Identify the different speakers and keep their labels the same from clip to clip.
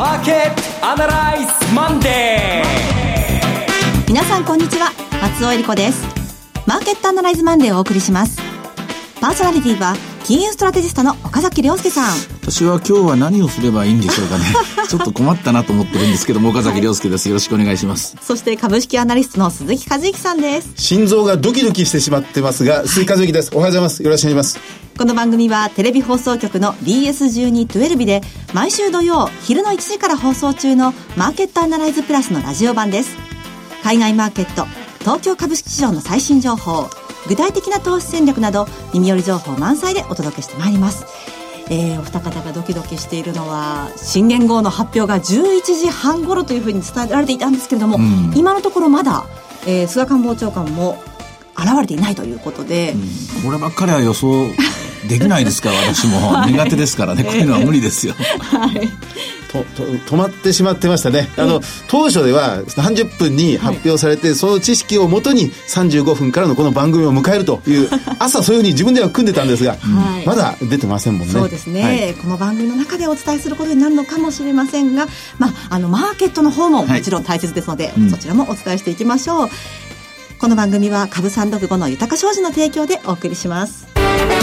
Speaker 1: マーケットアナライズマンデー。
Speaker 2: 皆さんこんにちは、松尾恵理子です。マーケットアナライズマンデーをお送りします。パーソナリティは金融ストラテジストの岡崎亮介さん。
Speaker 3: 私は今日は何をすればいいんでしょうかねちょっと困ったなと思ってるんですけども、岡崎亮介です、よろしくお願いします。
Speaker 2: そして株式アナリストの鈴木和之さんです。
Speaker 4: 心臓がドキドキしてしまってますが、鈴木和之です。おはようございます。よろしくお願いします。
Speaker 2: この番組はテレビ放送局の BS12-12 で毎週土曜昼の1時から放送中のマーケットアナライズプラスのラジオ版です。海外マーケット、東京株式市場の最新情報、具体的な投資戦略など耳寄り情報満載でお届けしてまいります。お二方がドキドキしているのは新元号の発表が11時半頃というふうに伝えられていたんですけれども、今のところまだ、菅官房長官も現れていないということで、
Speaker 3: こればっかりは予想できないですから私も苦手ですからね、こういうのは無理ですよ
Speaker 2: はい
Speaker 4: 止まってしまってましたね。当初では30分に発表されて、その知識をもとに35分からのこの番組を迎えるという朝そういうふうに自分では組んでたんですが、まだ出てませんもんね。
Speaker 2: そうですね、この番組の中でお伝えすることになるのかもしれませんが、マーケットの方ももちろん大切ですので、そちらもお伝えしていきましょう。この番組は株365の豊か商事の提供でお送りします。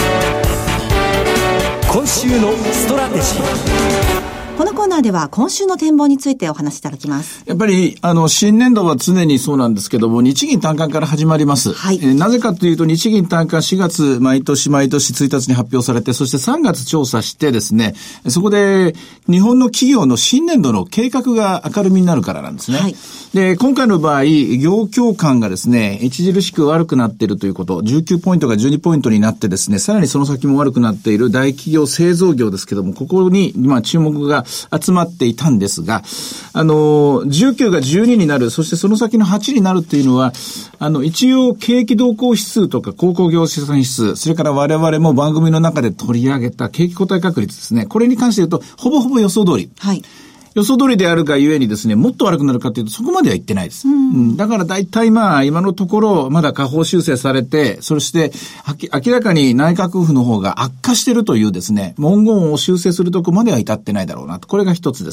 Speaker 1: 今週のストラテジー。
Speaker 2: このコーナーでは今週の展望についてお話しいただきます。
Speaker 3: やっぱり新年度は常にそうなんですけども、日銀短観から始まります、なぜかというと日銀短観4月毎年1日に発表されて、そして3月調査してですね、そこで日本の企業の新年度の計画が明るみになるからなんですね、で今回の場合業況感がですね著しく悪くなっているということ、19ポイントが12ポイントになってですね、さらにその先も悪くなっている大企業製造業ですけども、ここに注目が集まっていたんですが、19が12になる、そしてその先の8になるっていうのは、一応景気動向指数とか鉱工業生産指数、それから我々も番組の中で取り上げた景気後退確率ですね、これに関して言うとほぼほぼ予想通り、予想通りであるがゆえにですね、もっと悪くなるかというとそこまでは言ってないです。だから大体今のところまだ下方修正されて、そして明らかに内閣府の方が悪化しているというですね、文言を修正するとこまでは至ってないだろうなと。これが一つです。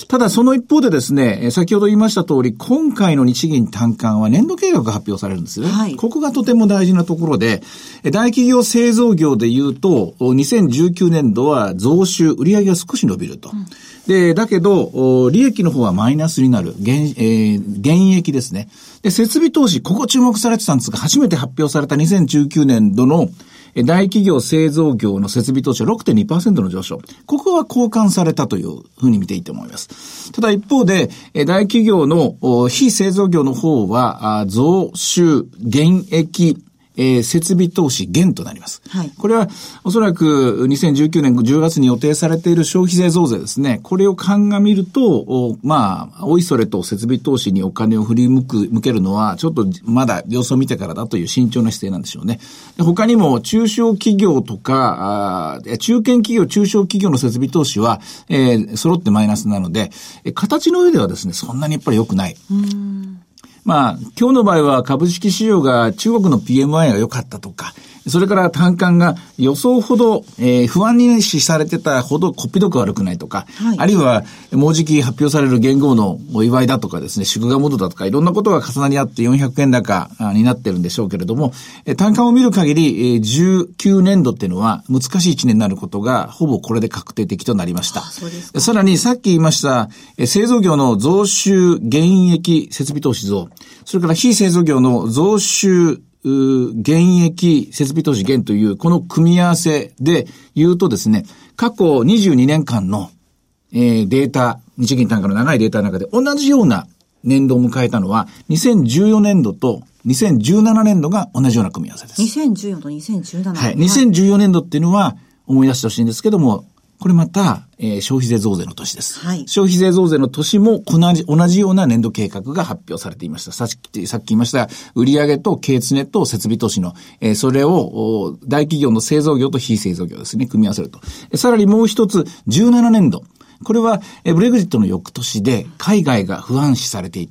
Speaker 3: ただその一方でですね、先ほど言いました通り、今回の日銀短観は年度計画が発表されるんですよね。ここがとても大事なところで、大企業製造業で言うと、2019年度は増収、売上が少し伸びると。で、だけど、利益の方はマイナスになる。減益ですね。で、設備投資、ここ注目されてたんですが、初めて発表された2019年度の大企業製造業の設備投資は 6.2% の上昇。ここは交換されたというふうに見ていいと思います。ただ一方で、大企業の非製造業の方は、増収、減益、設備投資減となります。これはおそらく2019年10月に予定されている消費税増税ですね。これを鑑みると、おいそれと設備投資にお金を振り向けるのはちょっとまだ様子を見てからだという慎重な姿勢なんでしょうね。他にも中小企業とか、中堅企業、中小企業の設備投資は、揃ってマイナスなので、形の上ではですね、そんなにやっぱり良くない。今日の場合は株式市場が中国の PMI が良かったとか、それから短観が予想ほど、不安に視されてたほどこっぴどく悪くないとか、あるいはもうじき発表される元号のお祝いだとかですね、祝賀モードだとかいろんなことが重なり合って400円高になってるんでしょうけれども、短観を見る限り、19年度っていうのは難しい1年になることがほぼこれで確定的となりました。さらにさっき言いました製造業の増収減益設備投資増、それから非製造業の増収減益設備投資減というこの組み合わせで言うとですね、過去22年間のデータ、日銀短観の長いデータの中で同じような年度を迎えたのは2014年度と2017年度が同じような組み合わせです。
Speaker 2: 2014と2017。
Speaker 3: 2014年度っていうのは思い出してほしいんですけども、これまた、消費税増税の年です、消費税増税の年も同じような年度計画が発表されていました。さっき言いました売上と経常と設備投資の、それを大企業の製造業と非製造業ですね、組み合わせると。さらにもう一つ17年度、これはブレグジットの翌年で海外が不安視されていて、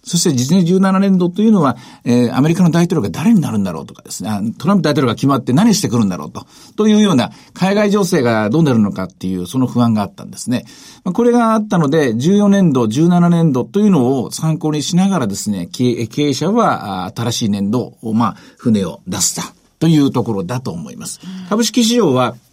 Speaker 3: そして2017年度というのは、アメリカの大統領が誰になるんだろうとかですね、トランプ大統領が決まって何してくるんだろうというような海外情勢がどうなるのかっていうその不安があったんですね。これがあったので、14年度、17年度というのを参考にしながらですね、経営者は新しい年度を、船を出したというところだと思います。株式市場は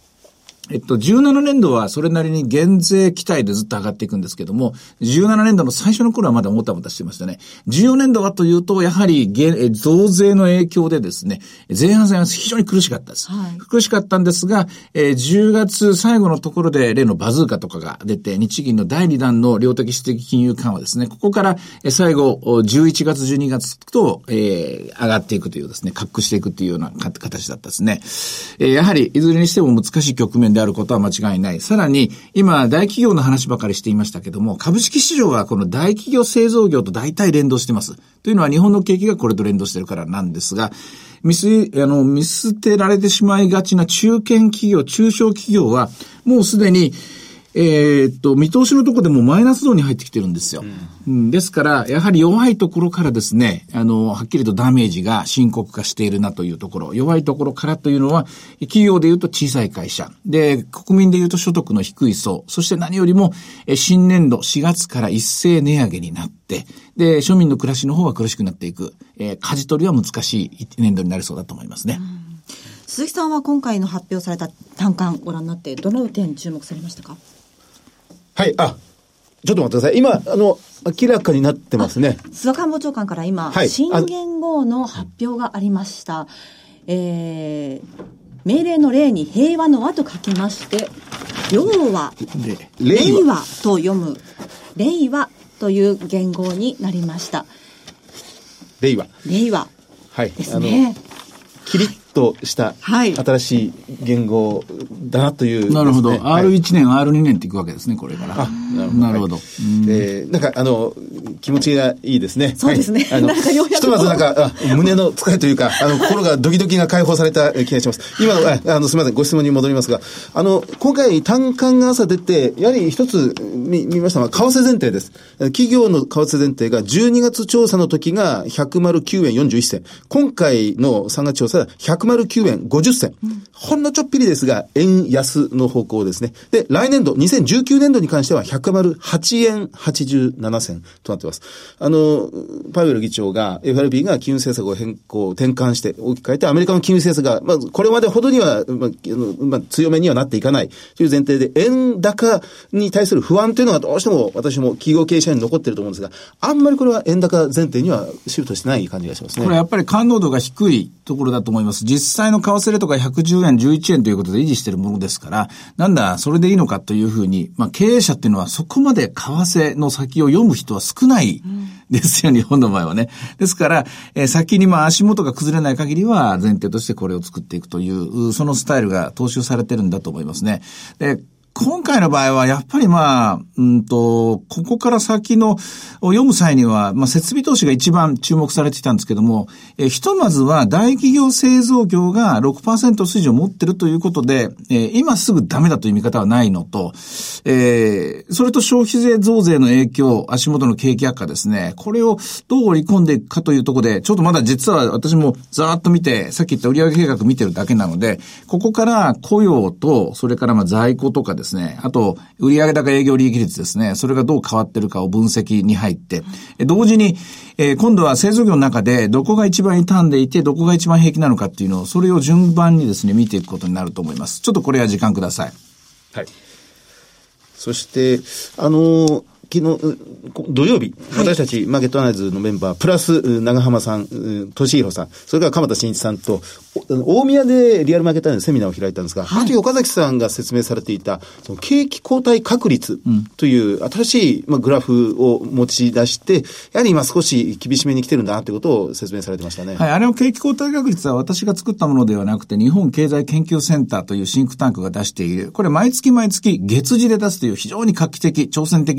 Speaker 3: 17年度はそれなりに減税期待でずっと上がっていくんですけども、17年度の最初の頃はまだもたもたしてましたね。14年度はというと、やはり増税の影響でですね、前半戦は非常に苦しかったです。はい、苦しかったんですが、10月最後のところで例のバズーカとかが出て、日銀の第2弾の量的質的金融緩和ですね、ここから最後、11月、12月と、上がっていくというですね、滑空していくというような形だったですね。やはり、いずれにしても難しい局面であることは間違いない。さらに、今、大企業の話ばかりしていましたけども、株式市場はこの大企業製造業と大体連動してます。というのは日本の景気がこれと連動しているからなんですが、見捨てられてしまいがちな中堅企業、中小企業は、もうすでに、見通しのところでもマイナスゾーンに入ってきてるんですよ。ですから、やはり弱いところからですね、はっきりとダメージが深刻化しているなというところ、弱いところからというのは、企業で言うと小さい会社、で、国民で言うと所得の低い層、そして何よりも、新年度4月から一斉値上げになって、で、庶民の暮らしの方は苦しくなっていく、舵取りは難しい年度になりそうだと思いますね。
Speaker 2: 鈴木さんは今回の発表された短観ご覧になって、どの点注目されましたか？
Speaker 4: はい、ちょっと待ってください。今、明らかになってますね。
Speaker 2: 菅官房長官から今、はい、新元号の発表がありました。命令の令に平和の和と書きまして、要は、令和と読む、令和という元号になりました。
Speaker 4: 令和。
Speaker 2: はい。ですね。
Speaker 4: キリッとした新しい言語だなという、ね、
Speaker 3: なるほど。R1 年、R2 年っていくわけですね、これから。なるほど。
Speaker 4: なんか気持ちがいいですね。
Speaker 2: そうですね。
Speaker 4: ひとまず胸の疲れというか、心がドキドキが解放された気がします。今の、すみません、ご質問に戻りますが、今回短観が朝出て、やはり一つ見ましたのは、為替前提です。企業の為替前提が12月調査の時が109円41銭。今回の3月調査は109円50銭。ほんのちょっぴりですが、円安の方向ですね。で、来年度、2019年度に関しては108円87銭となっています。パウエル議長が、FRB が金融政策を転換して大きく変えて、アメリカの金融政策が、これまでほどには、強めにはなっていかないという前提で、円高に対する不安というのがどうしても私も企業経営者に残っていると思うんですが、あんまりこれは円高前提にはシフトしてない感じがしますね。
Speaker 3: これやっぱり感濃度が低いところだと思います。実際の為替レートが110円、11円ということで維持しているものですから、なんだ、それでいいのかというふうに、経営者っていうのはそこまで為替の先を読む人は少ないですよ、日本の場合はね。ですから、先に足元が崩れない限りは前提としてこれを作っていくという、そのスタイルが踏襲されてるんだと思いますね。で、今回の場合はやっぱりここから先の読む際には、設備投資が一番注目されていたんですけども、ひとまずは大企業製造業が 6% 水準を持っているということで、今すぐダメだという見方はないのと、それと消費税増税の影響、足元の景気悪化ですね、これをどう織り込んでいくかというところで、ちょっとまだ実は私もざーっと見て、さっき言った売上計画見てるだけなので、ここから雇用と、それから在庫とかですね、あと、売上高営業利益率ですね。それがどう変わってるかを分析に入って、同時に、今度は製造業の中でどこが一番傷んでいて、どこが一番平気なのかっていうのを、それを順番にですね、見ていくことになると思います。ちょっとこれは時間ください。
Speaker 4: はい。そして、昨日、土曜日、私たちマーケットアナライズのメンバー、プラス長浜さん、俊弘さん、それから鎌田新一さんと、大宮でリアルマーケットアナライズセミナーを開いたんですが、あと岡崎さんが説明されていた、その景気後退確率という新しいグラフを持ち出して、やはり今少し厳しめに来てるんだなということを説明されてましたね。
Speaker 3: はい、あれの景気後退確率は私が作ったものではなくて、日本経済研究センターというシンクタンクが出している、これ毎月月次で出すという非常に画期的、挑戦的なですね、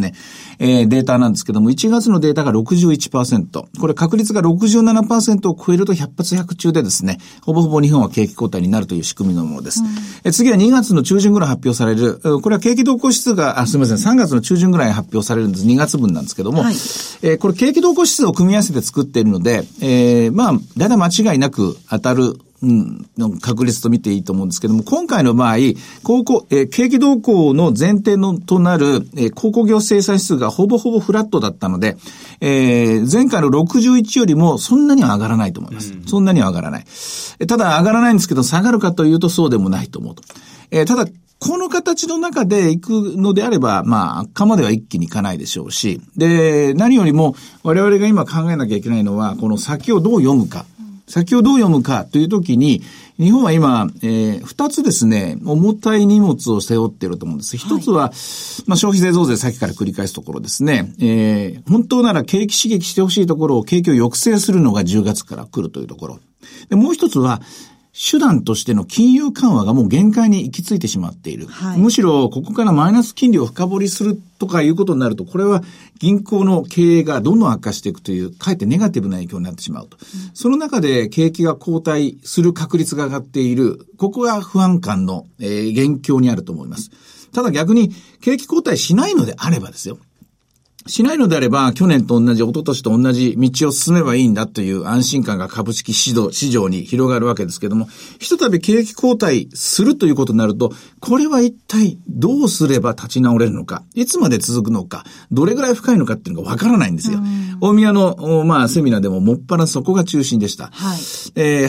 Speaker 3: ね、データなんですけども、1月のデータが 61%。これ確率が 67% を超えると100発100中でですね、ほぼほぼ日本は景気後退になるという仕組みのものです。次は2月の中旬ぐらい発表される、これは景気動向指数が、すみません、3月の中旬ぐらい発表されるんです。2月分なんですけども、はい、これ景気動向指数を組み合わせて作っているので、まあ、だいたい間違いなく当たる、の確率と見ていいと思うんですけども、今回の場合、景気動向の前提のとなる、鉱工業生産指数がほぼほぼフラットだったので、前回の61よりもそんなには上がらないと思います。そんなには上がらない。ただ上がらないんですけど、下がるかというとそうでもないと思うと。ただ、この形の中で行くのであれば、まあ、悪化までは一気にいかないでしょうし、で、何よりも我々が今考えなきゃいけないのは、この先をどう読むか。先をどう読むかというときに、日本は今、二つですね、重たい荷物を背負っていると思うんです。一つは、まあ、消費税増税先から繰り返すところですね。本当なら景気刺激してほしいところを景気を抑制するのが10月から来るというところ。で、もう一つは、手段としての金融緩和がもう限界に行き着いてしまっている。はい、むしろ、ここからマイナス金利を深掘りするとかいうことになると、これは銀行の経営がどんどん悪化していくという、かえってネガティブな影響になってしまうと。その中で景気が後退する確率が上がっている、ここが不安感の、元凶にあると思います。ただ逆に、景気後退しないのであればですよ。しないのであれば、去年と同じ、一昨年と同じ道を進めばいいんだという安心感が株式市場に広がるわけですけども、ひとたび景気後退するということになると、これは一体どうすれば立ち直れるのか、いつまで続くのか、どれぐらい深いのかっていうのがわからないんですよ。大宮の、まあ、セミナーでももっぱらそこが中心でした。はい。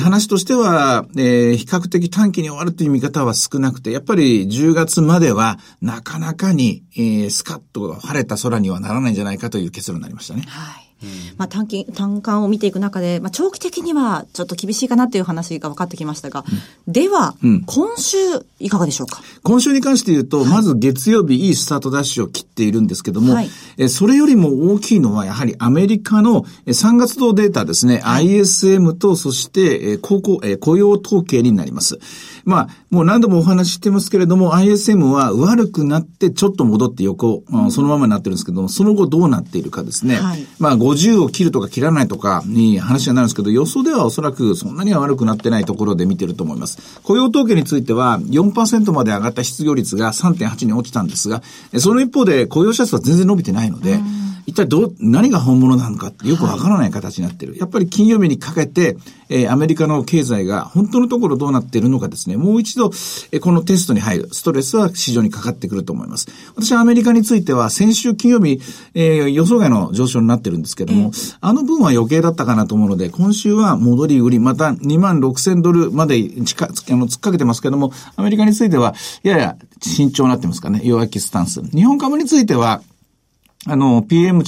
Speaker 3: 話としては、比較的短期に終わるという見方は少なくて、やっぱり10月まではなかなかに、スカッと晴れた空にはならないんじゃないかという結論になりましたね。はい。
Speaker 2: まあ、単価を見ていく中で、まあ、長期的にはちょっと厳しいかなという話が分かってきましたが、では、今週いかがでしょうか。
Speaker 3: 今週に関して言うと、まず月曜日いいスタートダッシュを切っているんですけども、はい、それよりも大きいのはやはりアメリカの3月度データですね、はい、ISM とそして雇用統計になります。まあ、もう何度もお話ししてますけれども、ISM は悪くなってちょっと戻って横、そのままになってるんですけども、その後どうなっているかですね。はい、まあ、50を切るとか切らないとかに話になるんですけど、予想ではおそらくそんなには悪くなってないところで見てると思います。雇用統計については 4% まで上がった失業率が 3.8 に落ちたんですが、その一方で雇用者数は全然伸びてないので、一体何が本物なのかってよくわからない形になっている。やっぱり金曜日にかけて、アメリカの経済が本当のところどうなっているのかですね、もう一度、このテストに入るストレスは市場にかかってくると思います。私はアメリカについては先週金曜日、予想外の上昇になってるんですけども、あの分は余計だったかなと思うので、今週は戻り売り、また$26,000まで突っかけてますけども、アメリカについてはやや慎重になってますかね、弱気スタンス。日本株については、中国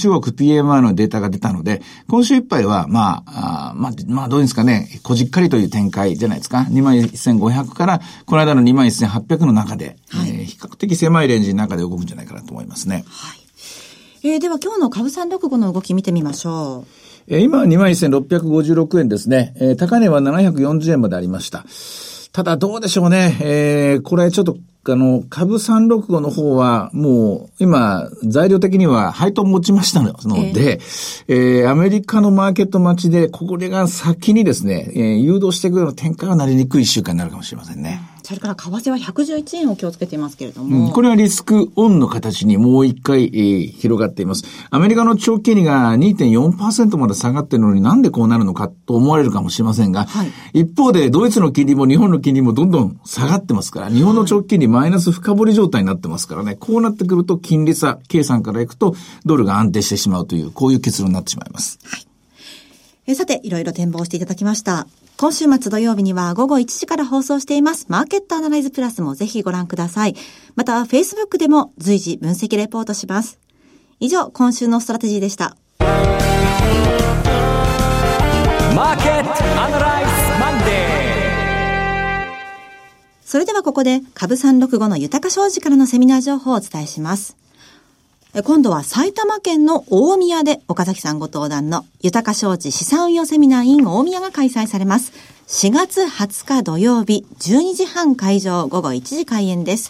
Speaker 3: PMI のデータが出たので、今週いっぱいは、まあどういうんですかね、こじっかりという展開じゃないですか。21,500 から、この間の21,800 の中で、はい、比較的狭いレンジの中で動くんじゃないかなと思いますね。
Speaker 2: はい。では今日の株365の動き見てみましょ
Speaker 3: う。今、21,656 円ですね。高値は740円までありました。ただどうでしょうね。これちょっと、株365の方はもう今材料的には配当持ちましたので、アメリカのマーケット待ちでこれが先にですね、誘導していくような展開はなりにくい1週間になるかもしれませんね。
Speaker 2: それから為替は111円を気をつけていますけれども、
Speaker 3: これはリスクオンの形にもう一回、広がっています。アメリカの長期金利が 2.4% まで下がっているのになんでこうなるのかと思われるかもしれませんが、はい、一方でドイツの金利も日本の金利もどんどん下がってますから、日本の長期金利マイナス深掘り状態になってますからね、こうなってくると金利差計算からいくとドルが安定してしまうという、こういう結論になってしまいます。
Speaker 2: はい。さて、いろいろ展望していただきました。今週末土曜日には午後1時から放送していますマーケットアナライズプラスもぜひご覧ください。また Facebook でも随時分析レポートします。以上、今週のストラテジーでした。
Speaker 1: マーケットアナライズマンデー。
Speaker 2: それではここで株365の豊か商事からのセミナー情報をお伝えします。今度は埼玉県の大宮で岡崎さんご登壇の豊か商事資産運用セミナー in 大宮が開催されます。4月20日土曜日12時半会場、午後1時開演です。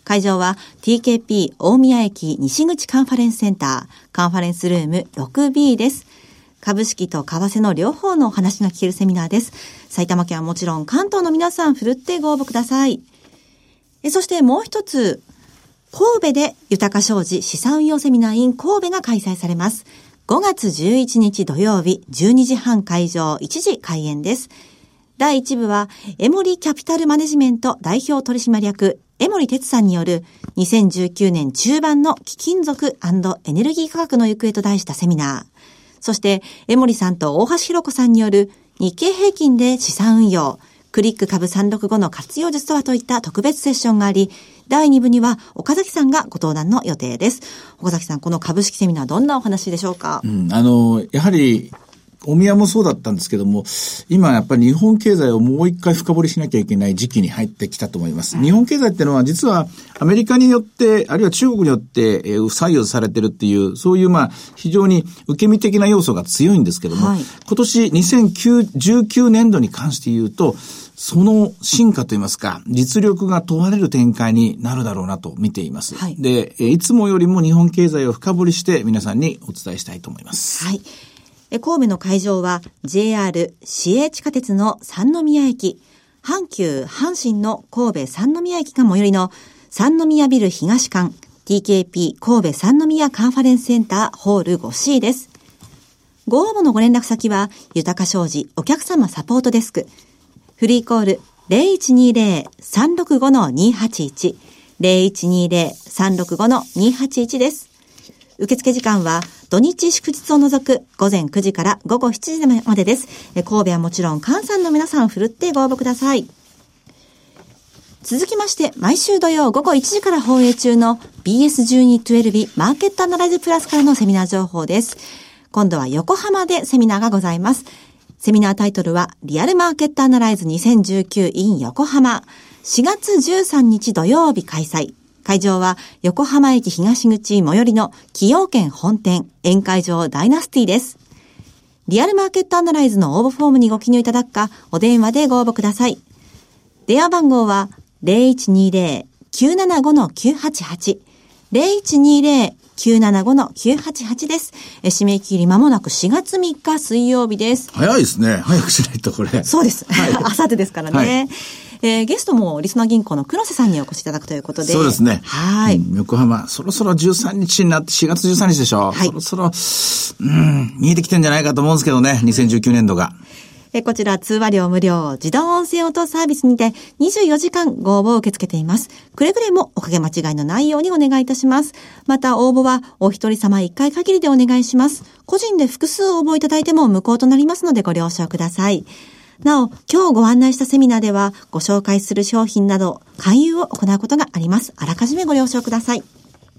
Speaker 2: 会場は TKP 大宮駅西口カンファレンスセンター、カンファレンスルーム 6B です。株式と為替の両方のお話が聞けるセミナーです。埼玉県はもちろん関東の皆さん、ふるってご応募ください。そしてもう一つ、神戸で豊か商事資産運用セミナー in 神戸が開催されます。5月11日土曜日12時半会場、1時開演です。第1部はエモリキャピタルマネジメント代表取締役江森哲さんによる2019年中盤の貴金属&エネルギー価格の行方と題したセミナー。そして江森さんと大橋弘子さんによる日経平均で資産運用、クリック株365の活用術とはといった特別セッションがあり、第2部には岡崎さんがご登壇の予定です。岡崎さん、この株式セミナーどんなお話でしょうか？
Speaker 3: やはりお宮もそうだったんですけども、今やっぱり日本経済をもう一回深掘りしなきゃいけない時期に入ってきたと思います。日本経済ってのは実はアメリカによって、あるいは中国によって左右されてるっていう、そういう非常に受け身的な要素が強いんですけども、今年2019年度に関して言うと、その進化といいますか、実力が問われる展開になるだろうなと見ています。で、いつもよりも日本経済を深掘りして皆さんにお伝えしたいと思います。
Speaker 2: 神戸の会場は JR 市営地下鉄の三宮駅、阪急阪神の神戸三宮駅が最寄りの三宮ビル東館 TKP 神戸三宮カンファレンスセンターホール 5C です。ご応募のご連絡先は豊か商事お客様サポートデスク、フリーコール 0120-365-281 0120-365-281 です。受付時間は土日祝日を除く午前9時から午後7時までです。神戸はもちろん関西の皆さん、ふるってご応募ください。続きまして、毎週土曜午後1時から放映中の BS12-12 マーケットアナライズプラスからのセミナー情報です。今度は横浜でセミナーがございます。セミナータイトルはリアルマーケットアナライズ2019 in 横浜、4月13日土曜日開催。会場は横浜駅東口最寄りの崎陽軒本店宴会場ダイナスティです。リアルマーケットアナライズの応募フォームにご記入いただくか、お電話でご応募ください。電話番号は 0120-975-988 0120-975-988 です。締め切り間もなく4月3日水曜日です。
Speaker 3: 早いですね。早くしないとこれ。
Speaker 2: そうです。あさってですからね。ゲストもリスナー銀行の黒瀬さんにお越しいただくということで。
Speaker 3: そうですね。横浜、そろそろ13日になって、4月13日でしょ。そろそろ、見えてきてんじゃないかと思うんですけどね、2019年度が。
Speaker 2: こちら通話料無料、自動音声応答サービスにて24時間ご応募を受け付けています。くれぐれもおかげ間違いのないようにお願いいたします。また応募はお一人様1回限りでお願いします。個人で複数応募いただいても無効となりますのでご了承ください。なお、今日ご案内したセミナーではご紹介する商品など勧誘を行うことがあります。あらかじめご了承ください。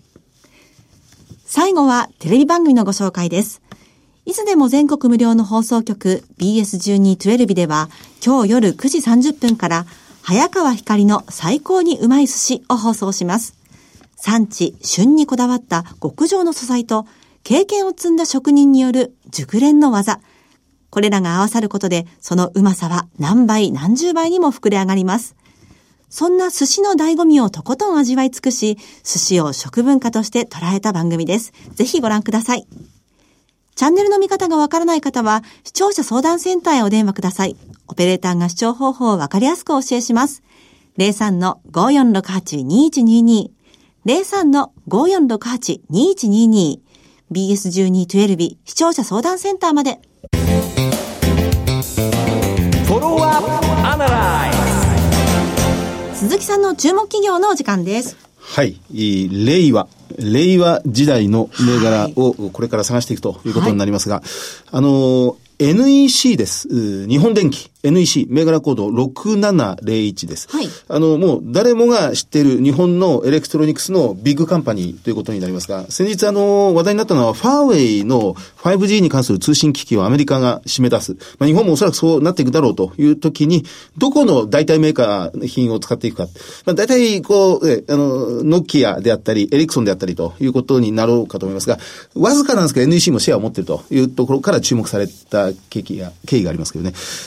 Speaker 2: 最後はテレビ番組のご紹介です。いつでも全国無料の放送局 BS12-12 では今日夜9時30分から早川ひかりの最高にうまい寿司を放送します。産地、旬にこだわった極上の素材と経験を積んだ職人による熟練の技、これらが合わさることで、そのうまさは何倍何十倍にも膨れ上がります。そんな寿司の醍醐味をとことん味わい尽くし、寿司を食文化として捉えた番組です。ぜひご覧ください。チャンネルの見方がわからない方は、視聴者相談センターへお電話ください。オペレーターが視聴方法をわかりやすくお教えします。03-5468-2122 03-5468-2122 BS12-12 視聴者相談センターまで。
Speaker 1: フォローアップアナライズ。
Speaker 2: 鈴木さんの注目企業のお時間です。
Speaker 4: はい。令和時代の銘柄をこれから探していくということになりますが、NEC です。日本電機。NEC、銘柄コード6701です。もう誰もが知っている日本のエレクトロニクスのビッグカンパニーということになりますが、先日話題になったのはファーウェイの 5G に関する通信機器をアメリカが締め出す。日本もおそらくそうなっていくだろうという時に、どこの代替メーカー品を使っていくか。大体ノキアであったり、エリクソンであったりということになろうかと思いますが、わずかなんですけど NEC もシェアを持っているというところから注目された経緯がありますけどね。で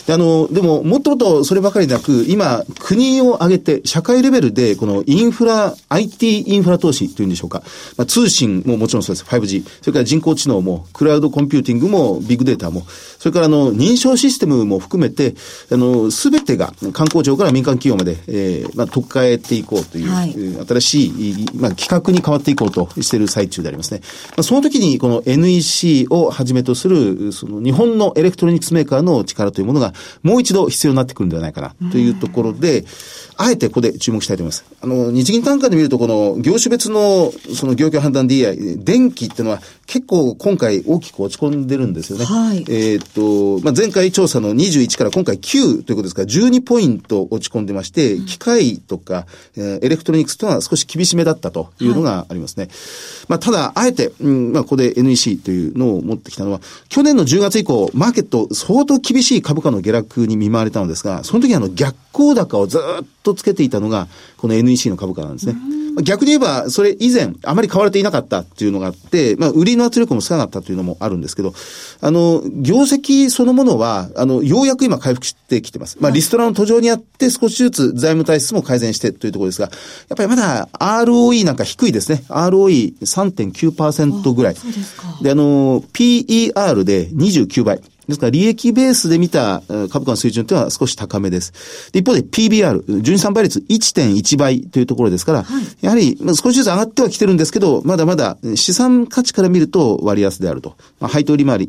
Speaker 4: でも、もっともっとそればかりなく、今、国を挙げて、社会レベルで、このインフラ、IT インフラ投資というんでしょうか。通信ももちろんそうです。5G。それから人工知能も、クラウドコンピューティングも、ビッグデータも、それから認証システムも含めて、すべてが、官公庁から民間企業まで、取っ替えていこうという、はい、新しい、企画に変わっていこうとしている最中でありますね。その時に、この NEC をはじめとする、その日本のエレクトロニクスメーカーの力というものが、もう一度必要になってくるんではないかな、というところで、あえてここで注目したいと思います。日銀単価で見ると、この業種別の、その業況判断 DI、電気っていうのは結構今回大きく落ち込んでるんですよね。はい、前回調査の21から今回9ということですから、12ポイント落ち込んでまして、機械とか、エレクトロニクスというのは少し厳しめだったというのがありますね。はい、ただ、あえて、ここで NEC というのを持ってきたのは、去年の10月以降、マーケット相当厳しい株価の下落に見舞われたのですが、その時逆行高をずっとつけていたのが、この NEC の株価なんですね。逆に言えば、それ以前、あまり買われていなかったっていうのがあって、売りの圧力も少なかったというのもあるんですけど、業績そのものは、ようやく今回復してきてます。リストラの途上にあって、少しずつ財務体質も改善してというところですが、やっぱりまだ ROE なんか低いですね。ROE3.9% ぐらい。そうですか。で、PER で29倍。ですから、利益ベースで見た株価の水準というのは少し高めです。で、一方で PBR、純資産倍率 1.1 倍というところですから、はい、やはり少しずつ上がってはきてるんですけど、まだまだ資産価値から見ると割安であると。配当利回り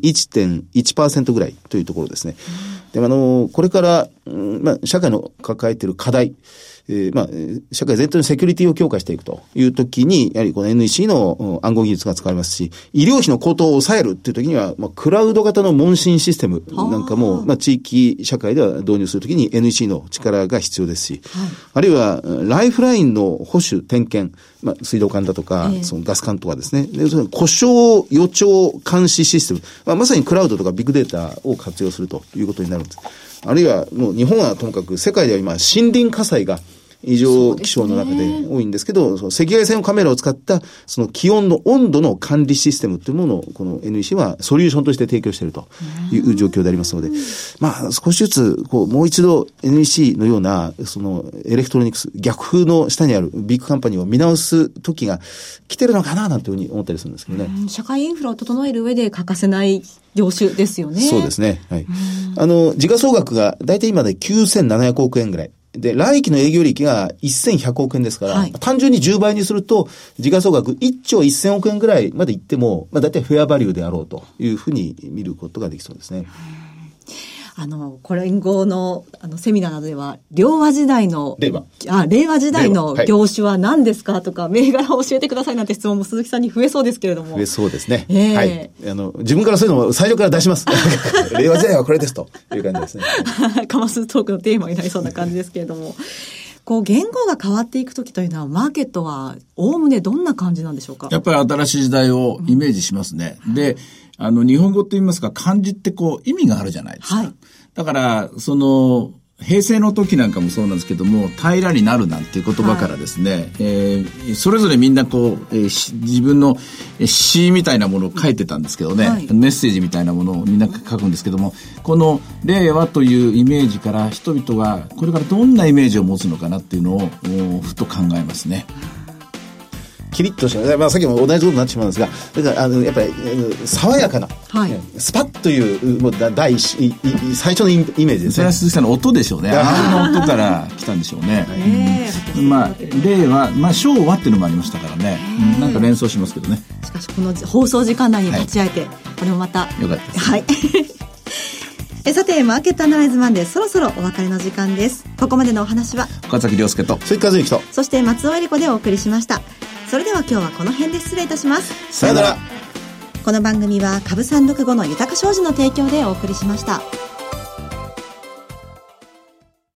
Speaker 4: 1.1% ぐらいというところですね。で、これから、社会の抱えている課題、社会全体のセキュリティを強化していくというときに、やはりこの NEC の暗号技術が使われますし、医療費の高騰を抑えるというときには、クラウド型の問診システムなんかも、地域社会では導入するときに NEC の力が必要ですし、はい、あるいはライフラインの保守点検、水道管だとか、そのガス管とかですね、でその故障予兆監視システム、まさにクラウドとかビッグデータを活用するということになるんです。あるいはもう日本はともかく世界では今森林火災が異常気象の中で多いんですけど、その赤外線カメラを使ったその気温の温度の管理システムというものをこの NEC はソリューションとして提供しているという状況でありますので、少しずつもう一度 NEC のようなそのエレクトロニクス逆風の下にあるビッグカンパニーを見直す時が来てるのかななんていうふうに思ったりするんですけどね。
Speaker 2: 社会インフラを整える上で欠かせない業種ですよね。
Speaker 4: そうですね。はい。時価総額がだいたい今で9700億円ぐらい。で、来期の営業利益が1100億円ですから、はい、単純に10倍にすると、時価総額1兆1000億円ぐらいまでいっても、だいたいフェアバリューであろうというふうに見ることができそうですね。
Speaker 2: これ後の、セミナーなどでは、令和時代の業種は何ですかとか、銘柄を教えてくださいなんて質問も鈴木さんに増えそうですけれども。
Speaker 4: 増えそうですね。はい。自分からそういうのも最初から出します。令和時代はこれですという感じですね。
Speaker 2: カマストークのテーマになりそうな感じですけれども。言語が変わっていくときというのは、マーケットは、おおむねどんな感じなんでしょうか？
Speaker 3: やっぱり新しい時代をイメージしますね。で、日本語と言いますか、漢字って意味があるじゃないですか。はい。だから、平成の時なんかもそうなんですけども、平らになるなんていう言葉からですね、はい、それぞれみんな自分の詩みたいなものを書いてたんですけどね、はい、メッセージみたいなものをみんな書くんですけども、この令和というイメージから人々がこれからどんなイメージを持つのかなっていうのをふと考えますね。
Speaker 4: キリッとした、さっきも同じことになってしまうんですが、だからやっぱり爽やかな、はい、スパッというもう最初のイメージですね。
Speaker 3: それは鈴木さんの音でしょうね。あの音から来たんでしょうね。令和、昭和っていうのもありましたからね。なんか連想しますけどね。
Speaker 2: しかしこの放送時間内に立ち会えて、これもまた
Speaker 3: よかったです。
Speaker 2: はい。さて、マーケットアナライズマンデー、そろそろお別れの時間です。ここまでのお話は
Speaker 3: 岡崎亮介と
Speaker 4: 鈴木和之と、
Speaker 2: そして松尾恵理子でお送りしました。それでは今日はこの辺で失礼いたします。
Speaker 4: さよなら。
Speaker 2: この番組は株365の豊か商事の提供でお送りしました。